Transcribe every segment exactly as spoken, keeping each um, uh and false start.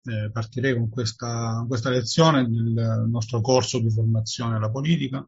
eh, partirei con questa, con questa lezione del nostro corso di formazione alla politica,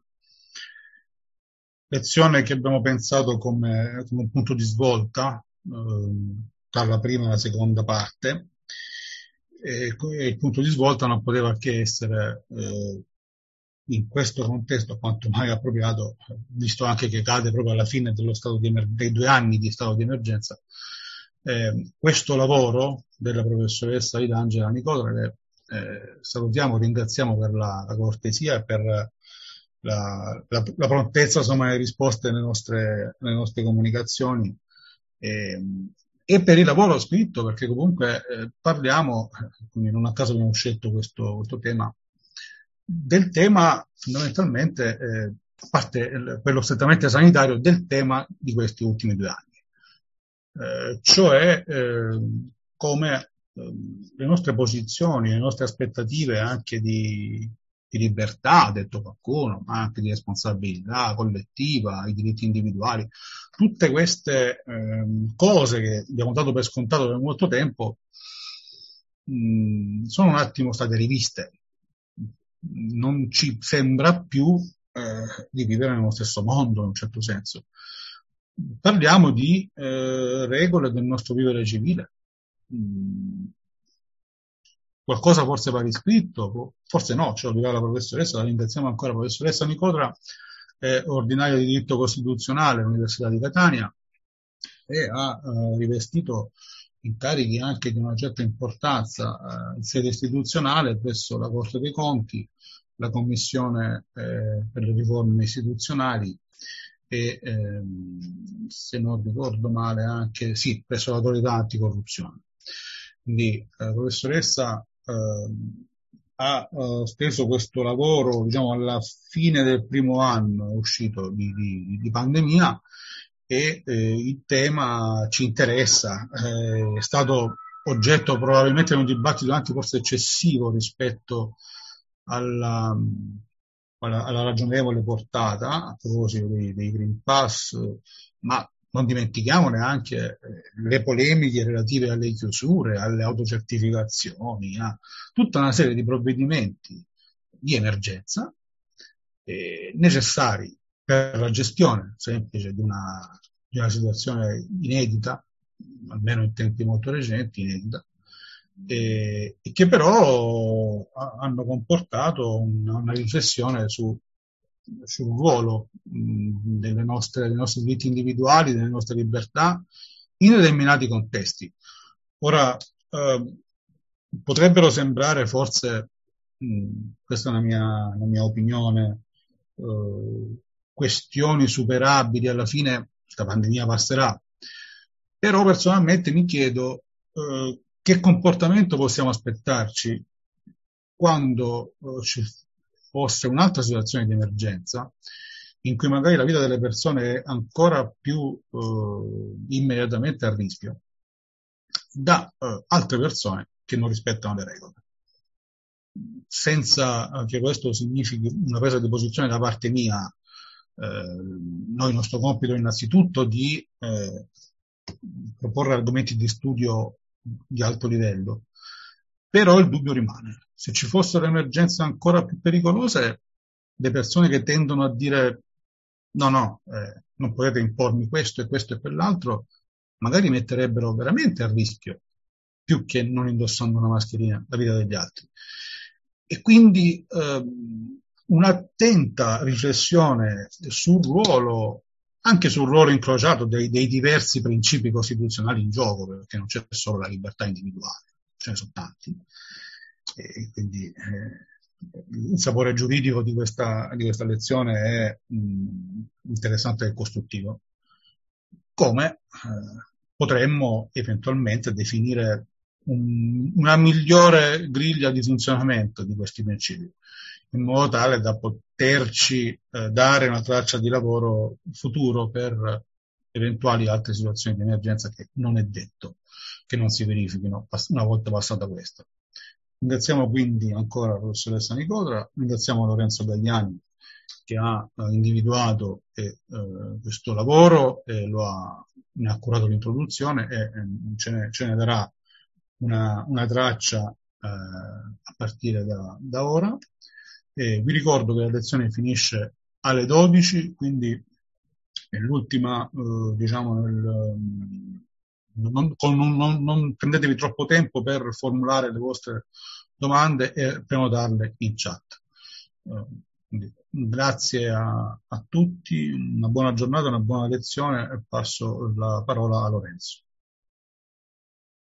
lezione che abbiamo pensato come, come un punto di svolta eh, tra la prima e la seconda parte. E, e il punto di svolta non poteva che essere eh, in questo contesto quanto mai appropriato, visto anche che cade proprio alla fine dello stato di emer- dei due anni di stato di emergenza, eh, questo lavoro della professoressa Idangela Nicotra, che eh, salutiamo, ringraziamo per la, la cortesia e per la, la, la prontezza insomma, nelle risposte alle nostre, alle nostre comunicazioni, eh, e per il lavoro scritto, perché comunque eh, parliamo, quindi non a caso abbiamo scelto questo, questo tema, del tema fondamentalmente, eh, a parte il, quello strettamente sanitario, del tema di questi ultimi due anni. Eh, cioè eh, come eh, le nostre posizioni, le nostre aspettative anche di, di libertà, ha detto qualcuno, ma anche di responsabilità collettiva, i diritti individuali, tutte queste eh, cose che abbiamo dato per scontato da molto tempo mh, sono un attimo state riviste. Non ci sembra più eh, di vivere nello stesso mondo, in un certo senso. Parliamo di eh, regole del nostro vivere civile. Mm. Qualcosa forse va riscritto, forse no, ce lo dirà la professoressa, la ringraziamo ancora, la professoressa Nicotra, è ordinaria di diritto costituzionale all'Università di Catania e ha eh, rivestito incarichi anche di una certa importanza eh, in sede istituzionale presso la Corte dei Conti, la Commissione eh, per le riforme istituzionali e, ehm, se non ricordo male, anche sì, presso l'autorità anticorruzione. Quindi eh, la professoressa eh, ha eh, steso questo lavoro, diciamo, alla fine del primo anno è uscito di, di, di pandemia e eh, il tema ci interessa, eh, è stato oggetto probabilmente di un dibattito anche forse eccessivo rispetto alla, alla, alla ragionevole portata a proposito dei, dei Green Pass, ma non dimentichiamo neanche eh, le polemiche relative alle chiusure, alle autocertificazioni, a tutta una serie di provvedimenti di emergenza eh, necessari per la gestione semplice di una, di una situazione inedita, almeno in tempi molto recenti, inedita, e, e che però a, hanno comportato una, una riflessione su, sul ruolo mh, delle nostre, dei nostri diritti individuali, delle nostre libertà in determinati contesti. Ora, eh, potrebbero sembrare forse, mh, questa è una mia, una mia opinione, eh, questioni superabili, alla fine questa pandemia passerà, però personalmente mi chiedo eh, che comportamento possiamo aspettarci quando eh, ci fosse un'altra situazione di emergenza in cui magari la vita delle persone è ancora più eh, immediatamente a rischio da eh, altre persone che non rispettano le regole, senza che questo significhi una presa di posizione da parte mia. Eh, noi il nostro compito è innanzitutto di eh, proporre argomenti di studio di alto livello, però il dubbio rimane. Se ci fossero emergenze ancora più pericolose, le persone che tendono a dire no, no, eh, non potete impormi questo e questo e quell'altro, magari metterebbero veramente a rischio, più che non indossando una mascherina, la vita degli altri. E quindi ehm, un'attenta riflessione sul ruolo, anche sul ruolo incrociato dei, dei diversi principi costituzionali in gioco, perché non c'è solo la libertà individuale, ce ne sono tanti. E quindi eh, il sapore giuridico di questa, di questa lezione è mh, interessante e costruttivo. Come eh, potremmo eventualmente definire un, una migliore griglia di funzionamento di questi principi, in modo tale da poterci eh, dare una traccia di lavoro futuro per eventuali altre situazioni di emergenza che non è detto che non si verifichino una volta passata questa. Ringraziamo quindi ancora la professoressa Nicotra, ringraziamo Lorenzo Gagliani che ha eh, individuato eh, questo lavoro e lo ha, ne ha curato l'introduzione e eh, ce, ne, ce ne darà una, una traccia eh, a partire da, da ora. E vi ricordo che la lezione finisce alle dodici, quindi è l'ultima, eh, diciamo, il, non, con, non, non prendetevi troppo tempo per formulare le vostre domande e prenotarle in chat. Eh, quindi, grazie a, a tutti, una buona giornata, una buona lezione e passo la parola a Lorenzo.